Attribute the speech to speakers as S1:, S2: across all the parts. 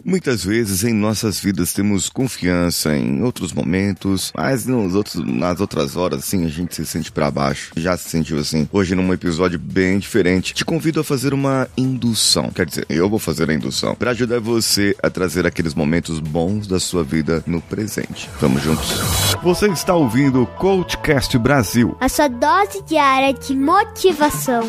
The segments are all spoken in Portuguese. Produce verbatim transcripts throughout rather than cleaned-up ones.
S1: Muitas vezes em nossas vidas temos confiança em outros momentos, mas nos outros, nas outras horas, assim, a gente se sente pra baixo. Já se sentiu assim. Hoje, num episódio bem diferente, te convido a fazer uma indução. Quer dizer, eu vou fazer a indução pra ajudar você a trazer aqueles momentos bons da sua vida no presente. Vamos juntos? Você está ouvindo o CoachCast Brasil,
S2: a sua dose diária de motivação.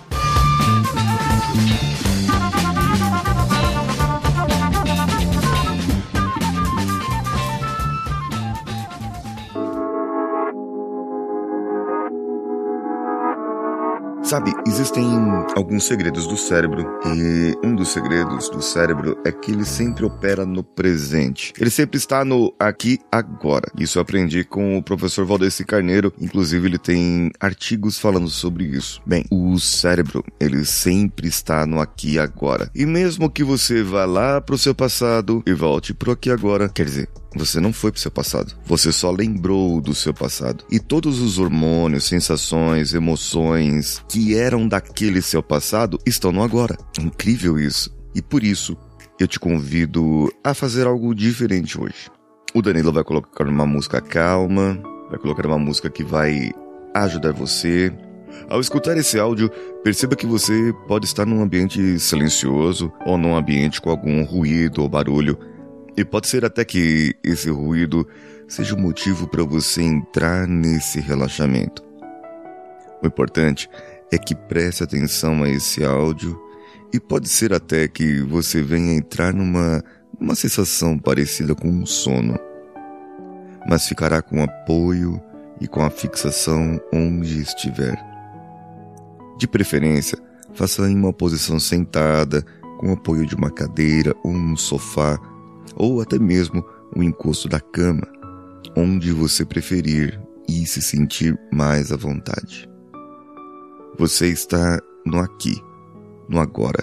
S1: Sabe, existem alguns segredos do cérebro e um dos segredos do cérebro é que ele sempre opera no presente. Ele sempre está no aqui, agora. Isso eu aprendi com o professor Valdeci Carneiro, inclusive ele tem artigos falando sobre isso. Bem, o cérebro, ele sempre está no aqui e agora. E mesmo que você vá lá pro seu passado e volte pro aqui e agora, quer dizer, você não foi pro seu passado, você só lembrou do seu passado. E todos os hormônios, sensações, emoções que eram daquele seu passado estão no agora. Incrível isso. E por isso, eu te convido a fazer algo diferente hoje. O Danilo vai colocar uma música calma, vai colocar uma música que vai ajudar você. Ao escutar esse áudio, perceba que você pode estar num ambiente silencioso ou num ambiente com algum ruído ou barulho. E pode ser até que esse ruído seja o motivo para você entrar nesse relaxamento. O importante é que preste atenção a esse áudio e pode ser até que você venha entrar numa, numa sensação parecida com um sono. Mas ficará com apoio e com a fixação onde estiver. De preferência, faça em uma posição sentada, com apoio de uma cadeira ou um sofá, ou até mesmo o encosto da cama, onde você preferir e se sentir mais à vontade. Você está no aqui, no agora,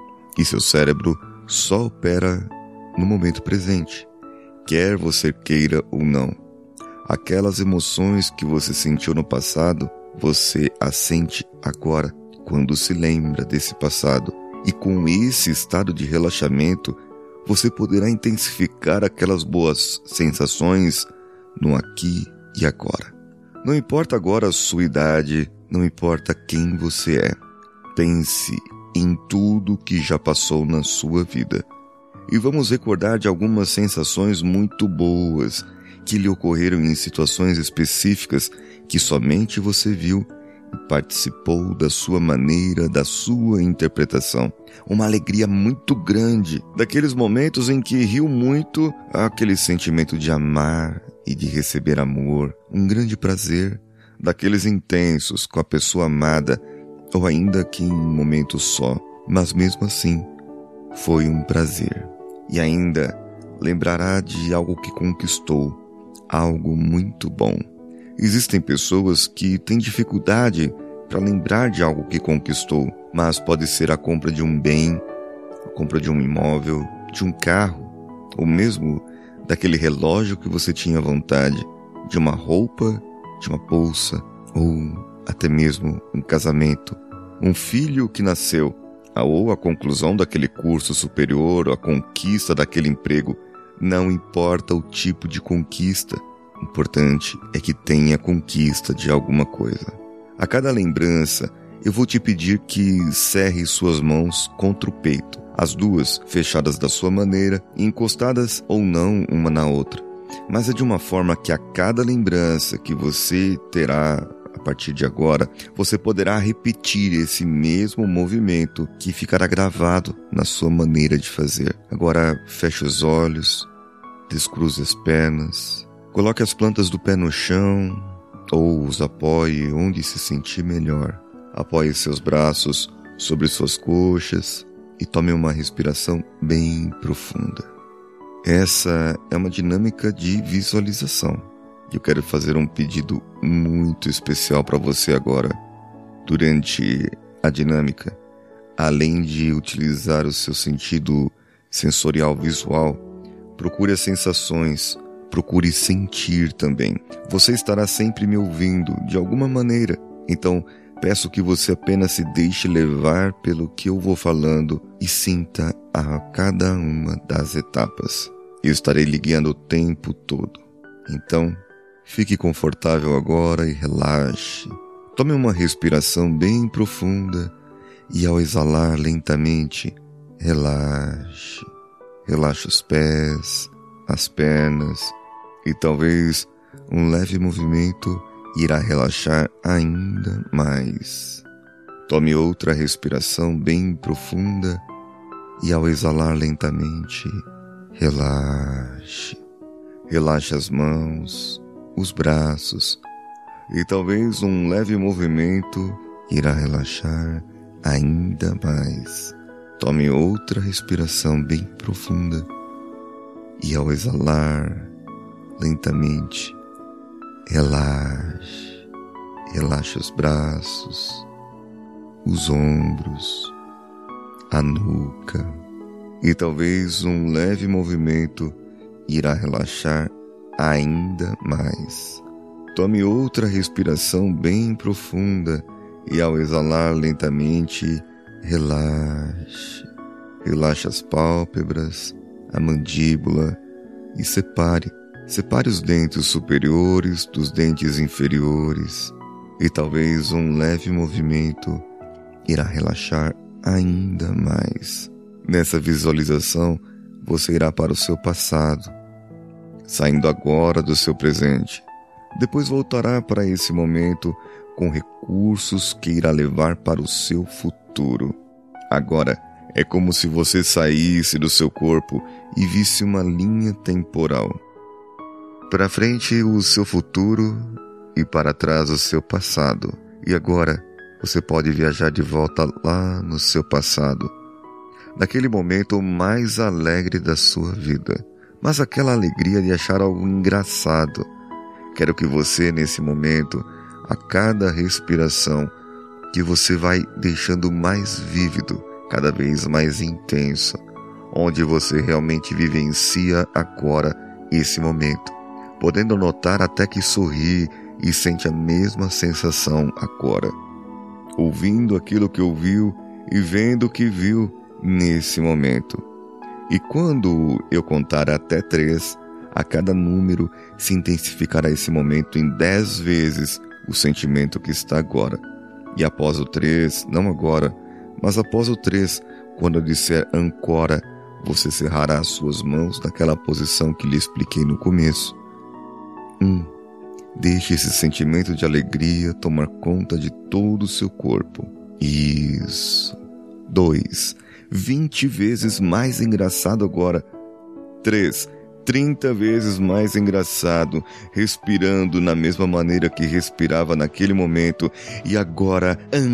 S1: e seu cérebro só opera no momento presente, quer você queira ou não. Aquelas emoções que você sentiu no passado, você as sente agora, quando se lembra desse passado, e com esse estado de relaxamento, você poderá intensificar aquelas boas sensações no aqui e agora. Não importa agora a sua idade, não importa quem você é. Pense em tudo que já passou na sua vida. E vamos recordar de algumas sensações muito boas que lhe ocorreram em situações específicas que somente você viu e participou da sua maneira, da sua interpretação. Uma alegria muito grande, daqueles momentos em que riu muito, aquele sentimento de amar e de receber amor, um grande prazer, daqueles intensos com a pessoa amada, ou ainda que em um momento só, mas mesmo assim, foi um prazer. E ainda lembrará de algo que conquistou, algo muito bom. Existem pessoas que têm dificuldade para lembrar de algo que conquistou, mas pode ser a compra de um bem, a compra de um imóvel, de um carro, ou mesmo daquele relógio que você tinha vontade, de uma roupa, de uma bolsa, ou até mesmo um casamento, um filho que nasceu, ou a conclusão daquele curso superior, ou a conquista daquele emprego. Não importa o tipo de conquista, o importante é que tenha conquista de alguma coisa. A cada lembrança, eu vou te pedir que cerre suas mãos contra o peito, as duas fechadas da sua maneira, encostadas ou não uma na outra. Mas é de uma forma que a cada lembrança que você terá a partir de agora, você poderá repetir esse mesmo movimento que ficará gravado na sua maneira de fazer. Agora, feche os olhos, descruze as pernas, coloque as plantas do pé no chão ou os apoie onde se sentir melhor. Apoie seus braços sobre suas coxas e tome uma respiração bem profunda. Essa é uma dinâmica de visualização. Eu quero fazer um pedido muito especial para você agora. Durante a dinâmica, além de utilizar o seu sentido sensorial visual, procure as sensações, procure sentir também. Você estará sempre me ouvindo de alguma maneira, então peço que você apenas se deixe levar pelo que eu vou falando e sinta a cada uma das etapas. Eu estarei lhe guiando o tempo todo. Então, fique confortável agora e relaxe. Tome uma respiração bem profunda e ao exalar lentamente, relaxe. Relaxe os pés, as pernas e talvez um leve movimento irá relaxar ainda mais. Tome outra respiração bem profunda e ao exalar lentamente, relaxe. Relaxe as mãos, os braços e talvez um leve movimento irá relaxar ainda mais. Tome outra respiração bem profunda e ao exalar lentamente, relaxe. Relaxe os braços, os ombros, a nuca e talvez um leve movimento irá relaxar ainda mais. Tome outra respiração bem profunda e ao exalar lentamente, relaxe. Relaxe as pálpebras, a mandíbula e separe. Separe os dentes superiores dos dentes inferiores e talvez um leve movimento irá relaxar ainda mais. Nessa visualização, você irá para o seu passado, saindo agora do seu presente. Depois voltará para esse momento com recursos que irá levar para o seu futuro. Agora, é como se você saísse do seu corpo e visse uma linha temporal. Para frente, o seu futuro e para trás, o seu passado. E agora, você pode viajar de volta lá no seu passado, naquele momento mais alegre da sua vida, mas aquela alegria de achar algo engraçado. Quero que você, nesse momento, a cada respiração, que você vai deixando mais vívido, cada vez mais intenso, onde você realmente vivencia agora esse momento, podendo notar até que sorri e sente a mesma sensação agora, ouvindo aquilo que ouviu e vendo o que viu nesse momento. E quando eu contar até três, a cada número se intensificará esse momento em dez vezes o sentimento que está agora. E após o três, não agora, mas após o três, quando eu disser ancora, você cerrará as suas mãos naquela posição que lhe expliquei no começo. Um, deixe esse sentimento de alegria tomar conta de todo o seu corpo. Isso. Dois, vinte vezes mais engraçado agora. Três, trinta vezes mais engraçado, respirando na mesma maneira que respirava naquele momento. E agora,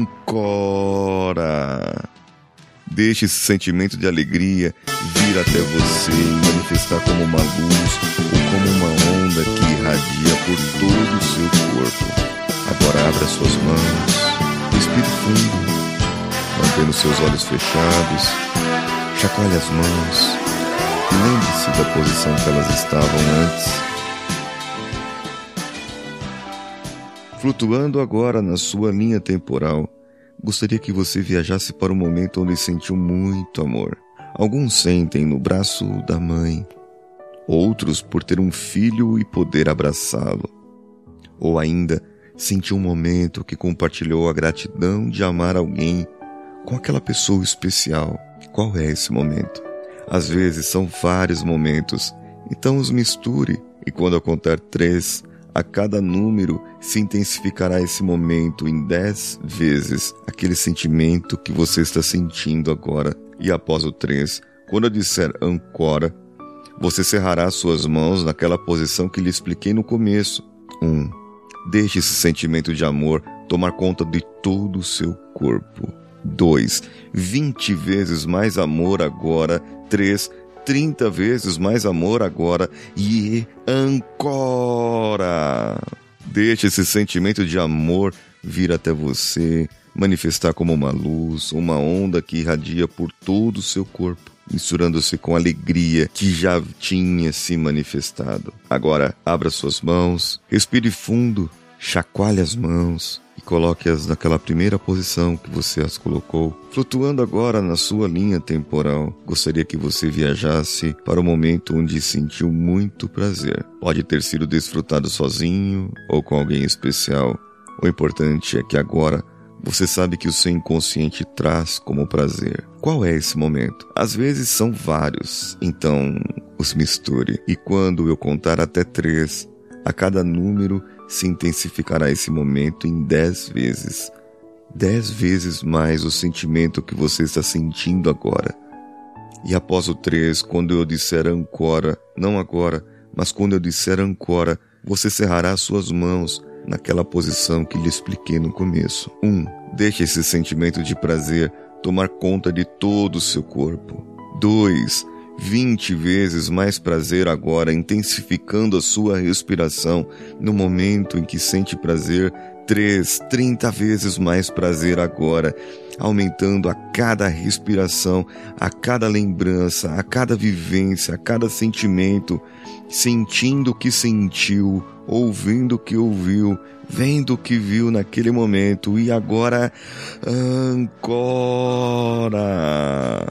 S1: ancora. Deixe esse sentimento de alegria vir até você e manifestar como uma luz ou como uma onda que irradia por todo o seu corpo. Agora abra suas mãos, respire fundo, mantendo seus olhos fechados, chacoalhe as mãos e lembre-se da posição que elas estavam antes. Flutuando agora na sua linha temporal, gostaria que você viajasse para um momento onde sentiu muito amor. Alguns sentem no braço da mãe, outros por ter um filho e poder abraçá-lo. Ou ainda, sentiu um momento que compartilhou a gratidão de amar alguém com aquela pessoa especial. Qual é esse momento? Às vezes são vários momentos, então os misture e quando eu contar três, a cada número se intensificará esse momento em dez vezes aquele sentimento que você está sentindo agora. E após o três, quando eu disser ancora, você cerrará suas mãos naquela posição que lhe expliquei no começo. Um, deixe esse sentimento de amor tomar conta de todo o seu corpo. Dois, vinte vezes mais amor agora. Três, trinta vezes mais amor agora. E ancora. Deixe esse sentimento de amor vir até você, manifestar como uma luz, uma onda que irradia por todo o seu corpo, misturando-se com a alegria que já tinha se manifestado. Agora, abra suas mãos, respire fundo chacoalhe as mãos e coloque-as naquela primeira posição que você as colocou. Flutuando agora na sua linha temporal, gostaria que você viajasse para o momento onde sentiu muito prazer. Pode ter sido desfrutado sozinho ou com alguém especial. O importante é que agora você sabe que o seu inconsciente traz como prazer. Qual é esse momento? Às vezes são vários, então os misture. E quando eu contar até três, a cada número se intensificará esse momento em dez vezes. Dez vezes mais o sentimento que você está sentindo agora. E após o três, quando eu disser ancora, não agora, mas quando eu disser ancora, você cerrará suas mãos naquela posição que lhe expliquei no começo. Um, deixe esse sentimento de prazer tomar conta de todo o seu corpo. Dois, vinte vezes mais prazer agora, intensificando a sua respiração no momento em que sente prazer. Três, trinta vezes mais prazer agora, aumentando a cada respiração, a cada lembrança, a cada vivência, a cada sentimento, sentindo o que sentiu, ouvindo o que ouviu, vendo o que viu naquele momento. E agora, ancora.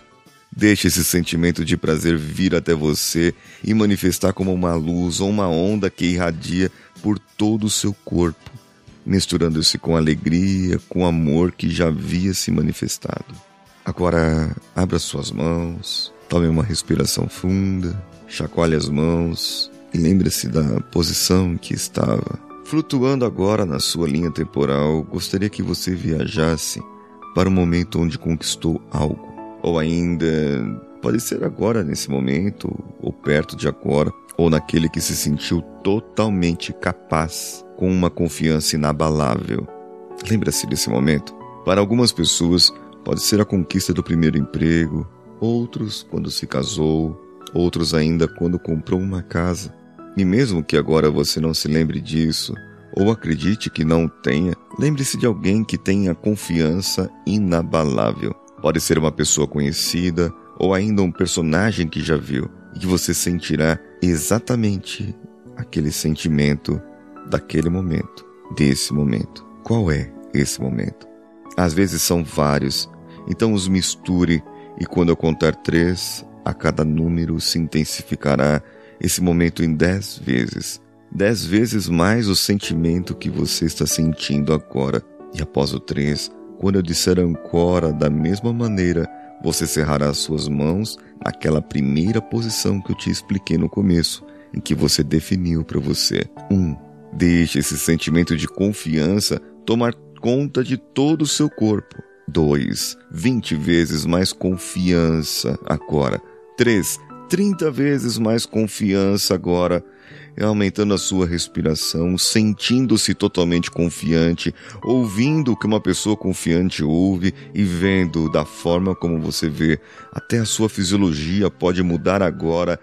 S1: Deixe esse sentimento de prazer vir até você e manifestar como uma luz ou uma onda que irradia por todo o seu corpo, misturando-se com alegria, com amor que já havia se manifestado. Agora, abra suas mãos, tome uma respiração funda, chacoalhe as mãos e lembre-se da posição em que estava. Flutuando agora na sua linha temporal, gostaria que você viajasse para o momento onde conquistou algo. Ou ainda, pode ser agora, nesse momento, ou perto de agora, ou naquele que se sentiu totalmente capaz, com uma confiança inabalável. Lembre-se desse momento. Para algumas pessoas, pode ser a conquista do primeiro emprego, outros quando se casou, outros ainda quando comprou uma casa. E mesmo que agora você não se lembre disso, ou acredite que não tenha, lembre-se de alguém que tenha confiança inabalável. Pode ser uma pessoa conhecida ou ainda um personagem que já viu e que você sentirá exatamente aquele sentimento daquele momento, desse momento. Qual é esse momento? Às vezes são vários, então os misture e quando eu contar três, a cada número se intensificará esse momento em dez vezes. Dez vezes mais o sentimento que você está sentindo agora. E após o três, quando eu disser ancora, da mesma maneira, você cerrará suas mãos naquela primeira posição que eu te expliquei no começo, em que você definiu para você. Um, deixe esse sentimento de confiança tomar conta de todo o seu corpo. Dois, vinte vezes mais confiança agora. Três, trinta vezes mais confiança agora, aumentando a sua respiração, sentindo-se totalmente confiante, ouvindo o que uma pessoa confiante ouve e vendo da forma como você vê. Até a sua fisiologia pode mudar agora.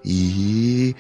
S1: E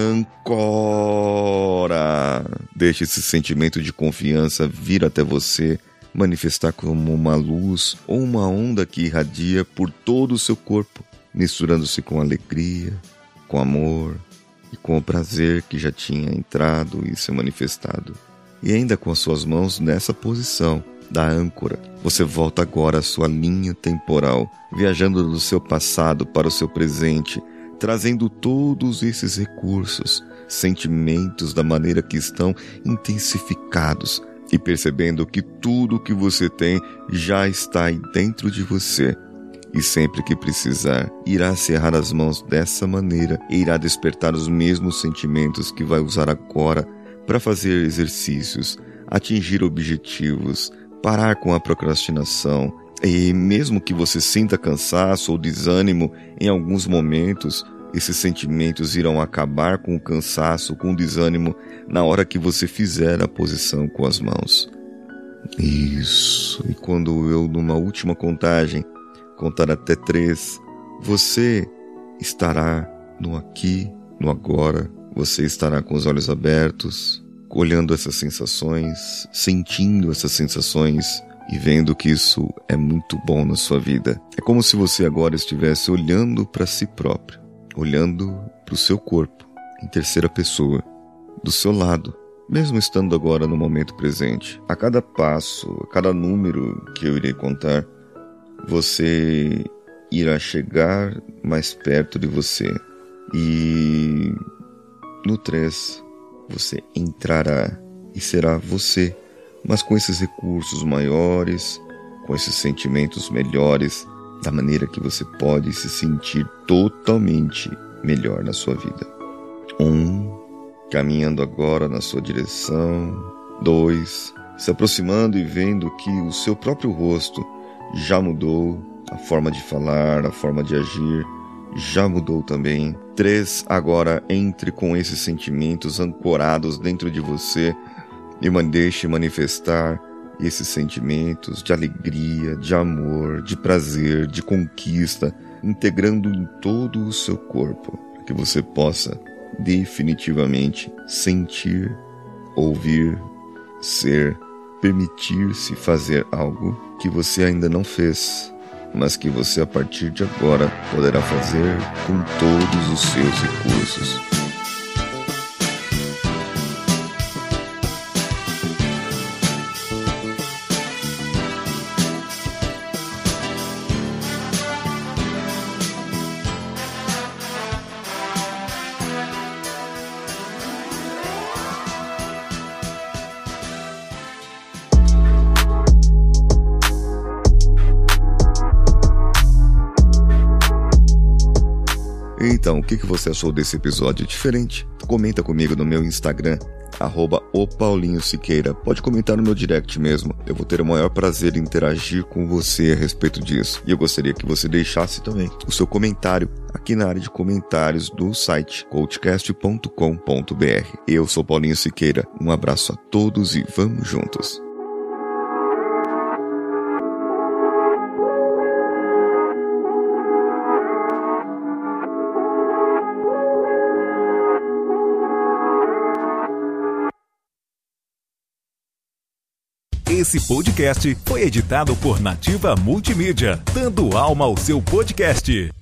S1: ancora. Deixe esse sentimento de confiança vir até você, manifestar como uma luz ou uma onda que irradia por todo o seu corpo, misturando-se com alegria, com amor e com o prazer que já tinha entrado e se manifestado. E ainda com as suas mãos nessa posição da âncora, você volta agora à sua linha temporal, viajando do seu passado para o seu presente, trazendo todos esses recursos, sentimentos da maneira que estão intensificados e percebendo que tudo o que você tem já está aí dentro de você. E sempre que precisar, irá cerrar as mãos dessa maneira e irá despertar os mesmos sentimentos que vai usar agora para fazer exercícios, atingir objetivos, parar com a procrastinação. E mesmo que você sinta cansaço ou desânimo em alguns momentos, esses sentimentos irão acabar com o cansaço, com o desânimo, na hora que você fizer a posição com as mãos. Isso. E quando eu, numa última contagem, contar até três, você estará no aqui, no agora, você estará com os olhos abertos, olhando essas sensações, sentindo essas sensações e vendo que isso é muito bom na sua vida. É como se você agora estivesse olhando para si próprio, olhando para o seu corpo, em terceira pessoa, do seu lado, mesmo estando agora no momento presente. A cada passo, a cada número que eu irei contar, você irá chegar mais perto de você. E no três, você entrará e será você, mas com esses recursos maiores, com esses sentimentos melhores, da maneira que você pode se sentir totalmente melhor na sua vida. Um, caminhando agora na sua direção. Dois, se aproximando e vendo que o seu próprio rosto já mudou, a forma de falar, a forma de agir já mudou também. Três, agora entre com esses sentimentos ancorados dentro de você e deixe manifestar esses sentimentos de alegria, de amor, de prazer, de conquista, integrando em todo o seu corpo, para que você possa definitivamente sentir, ouvir, ser, permitir-se fazer algo que você ainda não fez, mas que você a partir de agora poderá fazer com todos os seus recursos. Então, o que você achou desse episódio diferente? Comenta comigo no meu Instagram, arroba o Paulinho Siqueira. Pode comentar no meu direct mesmo. Eu vou ter o maior prazer em interagir com você a respeito disso. E eu gostaria que você deixasse também o seu comentário aqui na área de comentários do site coachcast ponto com ponto b r. Eu sou Paulinho Siqueira. Um abraço a todos e vamos juntos.
S3: Esse podcast foi editado por Nativa Multimídia, dando alma ao seu podcast.